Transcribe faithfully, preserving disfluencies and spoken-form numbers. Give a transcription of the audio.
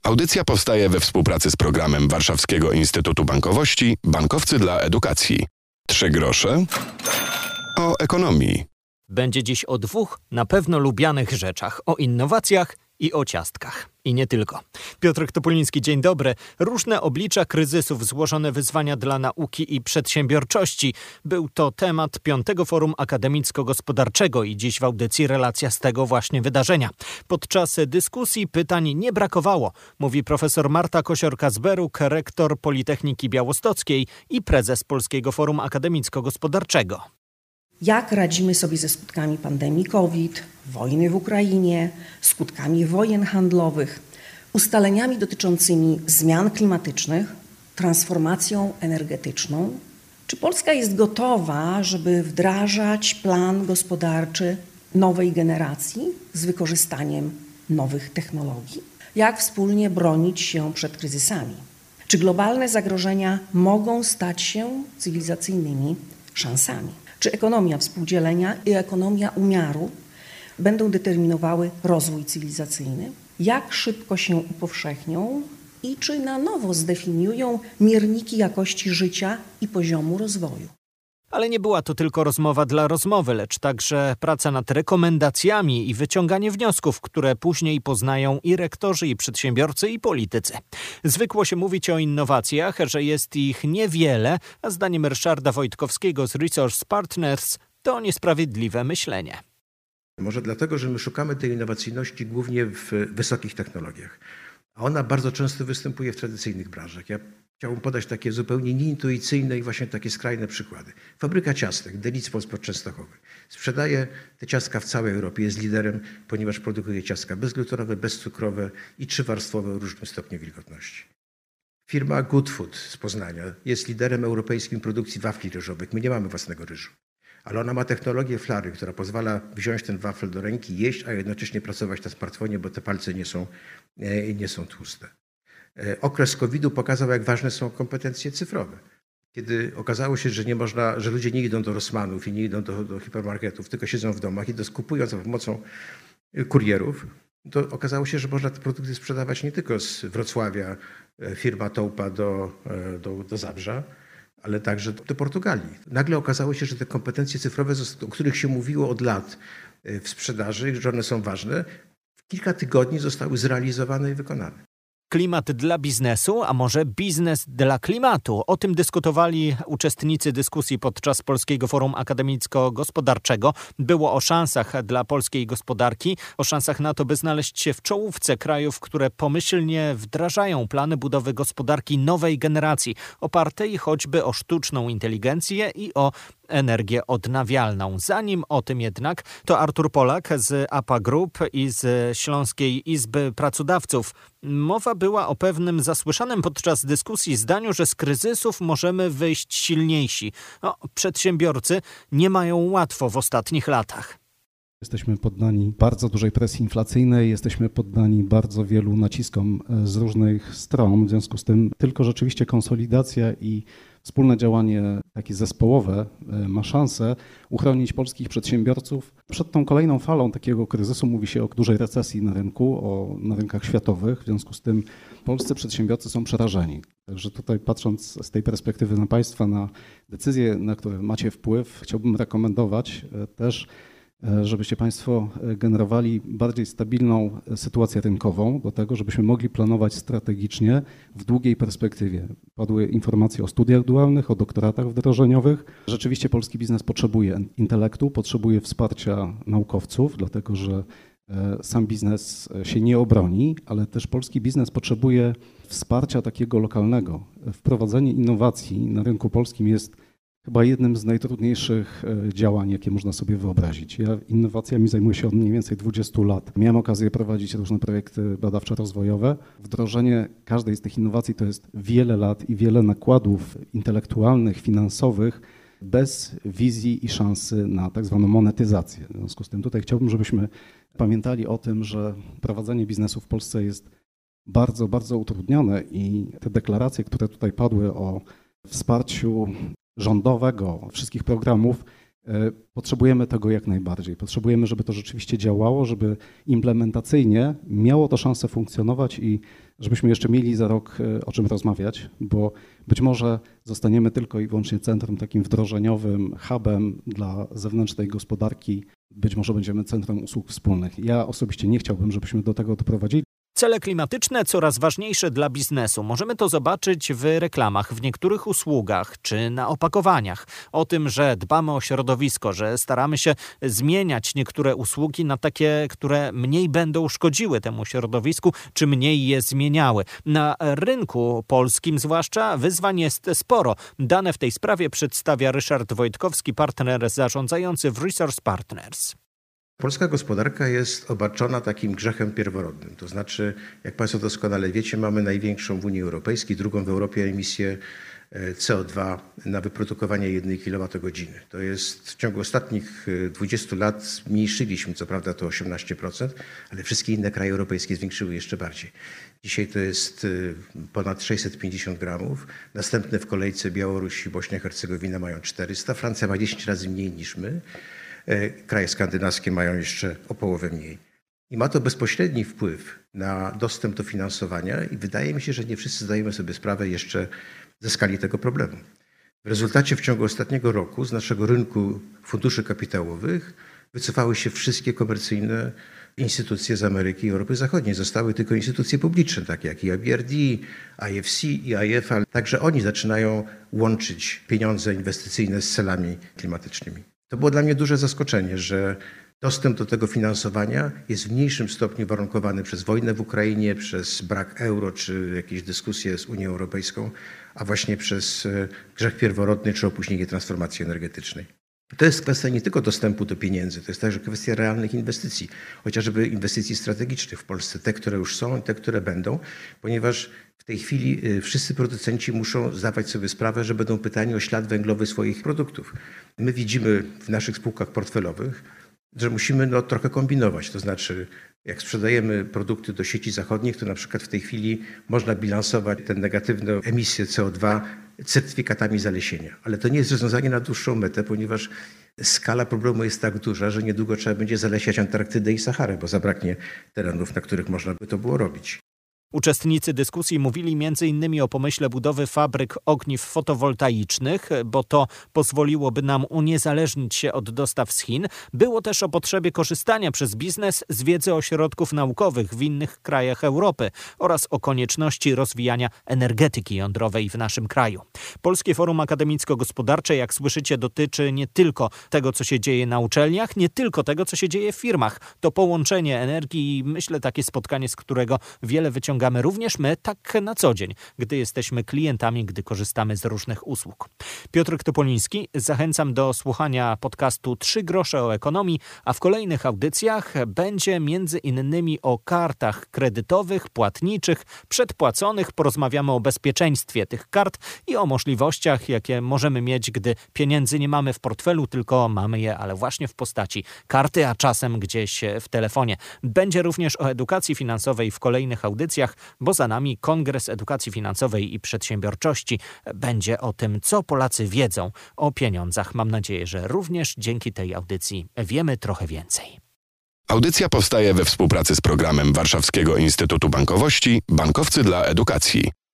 Audycja powstaje we współpracy z programem Warszawskiego Instytutu Bankowości Bankowcy dla Edukacji. Trzy grosze o ekonomii. Będzie dziś o dwóch na pewno lubianych rzeczach. O innowacjach i o ciastkach. I nie tylko. Piotr Topuliński, dzień dobry. Różne oblicza kryzysów, złożone wyzwania dla nauki i przedsiębiorczości. Był to temat piątego Forum Akademicko-Gospodarczego i dziś w audycji relacja z tego właśnie wydarzenia. Podczas dyskusji pytań nie brakowało, mówi profesor Marta Kosior-Kazberuk, rektor Politechniki Białostockiej i prezes Polskiego Forum Akademicko-Gospodarczego. Jak radzimy sobie ze skutkami pandemii COVID, wojny w Ukrainie, skutkami wojen handlowych, ustaleniami dotyczącymi zmian klimatycznych, transformacją energetyczną? Czy Polska jest gotowa, żeby wdrażać plan gospodarczy nowej generacji z wykorzystaniem nowych technologii? Jak wspólnie bronić się przed kryzysami? Czy globalne zagrożenia mogą stać się cywilizacyjnymi szansami? Czy ekonomia współdzielenia i ekonomia umiaru będą determinowały rozwój cywilizacyjny? Jak szybko się upowszechnią i czy na nowo zdefiniują mierniki jakości życia i poziomu rozwoju? Ale nie była to tylko rozmowa dla rozmowy, lecz także praca nad rekomendacjami i wyciąganie wniosków, które później poznają i rektorzy, i przedsiębiorcy, i politycy. Zwykło się mówić o innowacjach, że jest ich niewiele, a zdaniem Ryszarda Wojtkowskiego z Resource Partners to niesprawiedliwe myślenie. Może dlatego, że my szukamy tej innowacyjności głównie w wysokich technologiach, a ona bardzo często występuje w tradycyjnych branżach. Ja chciałbym podać takie zupełnie nieintuicyjne i właśnie takie skrajne przykłady. Fabryka ciastek Delicpol pod Częstochowy sprzedaje te ciastka w całej Europie, jest liderem, ponieważ produkuje ciastka bezglutenowe, bezcukrowe i trzywarstwowe o różnym stopniu wilgotności. Firma Good Food z Poznania jest liderem europejskim produkcji wafli ryżowych. My nie mamy własnego ryżu, ale ona ma technologię flary, która pozwala wziąć ten wafel do ręki, jeść, a jednocześnie pracować na smartfonie, bo te palce nie są, nie są tłuste. Okres kowida pokazał, jak ważne są kompetencje cyfrowe. Kiedy okazało się, że nie można, że ludzie nie idą do Rossmanów i nie idą do, do hipermarketów, tylko siedzą w domach i to skupują za pomocą kurierów, to okazało się, że można te produkty sprzedawać nie tylko z Wrocławia, firma Toupa do, do, do Zabrza, ale także do Portugalii. Nagle okazało się, że te kompetencje cyfrowe, o których się mówiło od lat w sprzedaży, że one są ważne, w kilka tygodni zostały zrealizowane i wykonane. Klimat dla biznesu, a może biznes dla klimatu? O tym dyskutowali uczestnicy dyskusji podczas Polskiego Forum Akademicko-Gospodarczego. Było o szansach dla polskiej gospodarki, o szansach na to, by znaleźć się w czołówce krajów, które pomyślnie wdrażają plany budowy gospodarki nowej generacji, opartej choćby o sztuczną inteligencję i o energię odnawialną. Zanim o tym jednak, to Artur Polak z A P A Group i z Śląskiej Izby Pracodawców. Mowa była o pewnym zasłyszanym podczas dyskusji zdaniu, że z kryzysów możemy wyjść silniejsi. No, przedsiębiorcy nie mają łatwo w ostatnich latach. Jesteśmy poddani bardzo dużej presji inflacyjnej, jesteśmy poddani bardzo wielu naciskom z różnych stron. W związku z tym tylko rzeczywiście konsolidacja i wspólne działanie takie zespołowe ma szansę uchronić polskich przedsiębiorców przed tą kolejną falą takiego kryzysu. Mówi się o dużej recesji na rynku, o, na rynkach światowych. W związku z tym polscy przedsiębiorcy są przerażeni. Także tutaj patrząc z tej perspektywy na Państwa, na decyzje, na które macie wpływ, chciałbym rekomendować też, żebyście Państwo generowali bardziej stabilną sytuację rynkową do tego, żebyśmy mogli planować strategicznie w długiej perspektywie. Padły informacje o studiach dualnych, o doktoratach wdrożeniowych. Rzeczywiście polski biznes potrzebuje intelektu, potrzebuje wsparcia naukowców, dlatego że sam biznes się nie obroni, ale też polski biznes potrzebuje wsparcia takiego lokalnego. Wprowadzenie innowacji na rynku polskim jest chyba jednym z najtrudniejszych działań, jakie można sobie wyobrazić. Ja innowacjami zajmuję się od mniej więcej dwudziestu lat. Miałem okazję prowadzić różne projekty badawczo-rozwojowe. Wdrożenie każdej z tych innowacji to jest wiele lat i wiele nakładów intelektualnych, finansowych, bez wizji i szansy na tak zwaną monetyzację. W związku z tym tutaj chciałbym, żebyśmy pamiętali o tym, że prowadzenie biznesu w Polsce jest bardzo, bardzo utrudnione i te deklaracje, które tutaj padły o wsparciu rządowego, wszystkich programów Potrzebujemy tego jak najbardziej. Potrzebujemy, żeby to rzeczywiście działało, żeby implementacyjnie miało to szansę funkcjonować i żebyśmy jeszcze mieli za rok o czym rozmawiać, bo być może zostaniemy tylko i wyłącznie centrum takim wdrożeniowym, hubem dla zewnętrznej gospodarki. Być może będziemy centrum usług wspólnych. Ja osobiście nie chciałbym, żebyśmy do tego doprowadzili. Cele klimatyczne coraz ważniejsze dla biznesu. Możemy to zobaczyć w reklamach, w niektórych usługach czy na opakowaniach. O tym, że dbamy o środowisko, że staramy się zmieniać niektóre usługi na takie, które mniej będą szkodziły temu środowisku, czy mniej je zmieniały. Na rynku polskim zwłaszcza wyzwań jest sporo. Dane w tej sprawie przedstawia Ryszard Wojtkowski, partner zarządzający w Resource Partners. Polska gospodarka jest obarczona takim grzechem pierworodnym. To znaczy, jak Państwo doskonale wiecie, mamy największą w Unii Europejskiej, drugą w Europie emisję C O dwa na wyprodukowanie jednej kilowatogodziny. To jest w ciągu ostatnich dwudziestu lat zmniejszyliśmy, co prawda to osiemnaście procent, ale wszystkie inne kraje europejskie zwiększyły jeszcze bardziej. Dzisiaj to jest ponad sześćset pięćdziesiąt gramów. Następne w kolejce Białoruś i Bośnia i Hercegowina mają czterysta. Francja ma dziesięć razy mniej niż my. Kraje skandynawskie mają jeszcze o połowę mniej. I ma to bezpośredni wpływ na dostęp do finansowania i wydaje mi się, że nie wszyscy zdajemy sobie sprawę jeszcze ze skali tego problemu. W rezultacie w ciągu ostatniego roku z naszego rynku funduszy kapitałowych wycofały się wszystkie komercyjne instytucje z Ameryki i Europy Zachodniej. Zostały tylko instytucje publiczne, takie jak I B R D, I F C i I F A. Także oni zaczynają łączyć pieniądze inwestycyjne z celami klimatycznymi. To było dla mnie duże zaskoczenie, że dostęp do tego finansowania jest w mniejszym stopniu warunkowany przez wojnę w Ukrainie, przez brak euro czy jakieś dyskusje z Unią Europejską, a właśnie przez grzech pierworodny czy opóźnienie transformacji energetycznej. To jest kwestia nie tylko dostępu do pieniędzy, to jest także kwestia realnych inwestycji, chociażby inwestycji strategicznych w Polsce, te, które już są i te, które będą, ponieważ w tej chwili wszyscy producenci muszą zdawać sobie sprawę, że będą pytani o ślad węglowy swoich produktów. My widzimy w naszych spółkach portfelowych, że musimy no, trochę kombinować, to znaczy jak sprzedajemy produkty do sieci zachodnich, to na przykład w tej chwili można bilansować tę negatywną emisję C O dwa certyfikatami zalesienia. Ale to nie jest rozwiązanie na dłuższą metę, ponieważ skala problemu jest tak duża, że niedługo trzeba będzie zalesiać Antarktydę i Saharę, bo zabraknie terenów, na których można by to było robić. Uczestnicy dyskusji mówili między innymi o pomyśle budowy fabryk ogniw fotowoltaicznych, bo to pozwoliłoby nam uniezależnić się od dostaw z Chin. Było też o potrzebie korzystania przez biznes z wiedzy ośrodków naukowych w innych krajach Europy oraz o konieczności rozwijania energetyki jądrowej w naszym kraju. Polskie Forum Akademicko-Gospodarcze, jak słyszycie, dotyczy nie tylko tego, co się dzieje na uczelniach, nie tylko tego, co się dzieje w firmach. To połączenie energii i myślę takie spotkanie, z którego wiele wyciągamy również my, tak na co dzień, gdy jesteśmy klientami, gdy korzystamy z różnych usług. Piotr Topoliński, zachęcam do słuchania podcastu Trzy grosze o ekonomii, a w kolejnych audycjach będzie między innymi o kartach kredytowych, płatniczych, przedpłaconych. Porozmawiamy o bezpieczeństwie tych kart i o możliwościach, jakie możemy mieć, gdy pieniędzy nie mamy w portfelu, tylko mamy je, ale właśnie w postaci karty, a czasem gdzieś w telefonie. Będzie również o edukacji finansowej w kolejnych audycjach, bo za nami Kongres Edukacji Finansowej i Przedsiębiorczości. Będzie o tym, co Polacy wiedzą o pieniądzach. Mam nadzieję, że również dzięki tej audycji wiemy trochę więcej. Audycja powstaje we współpracy z programem Warszawskiego Instytutu Bankowości Bankowcy dla Edukacji.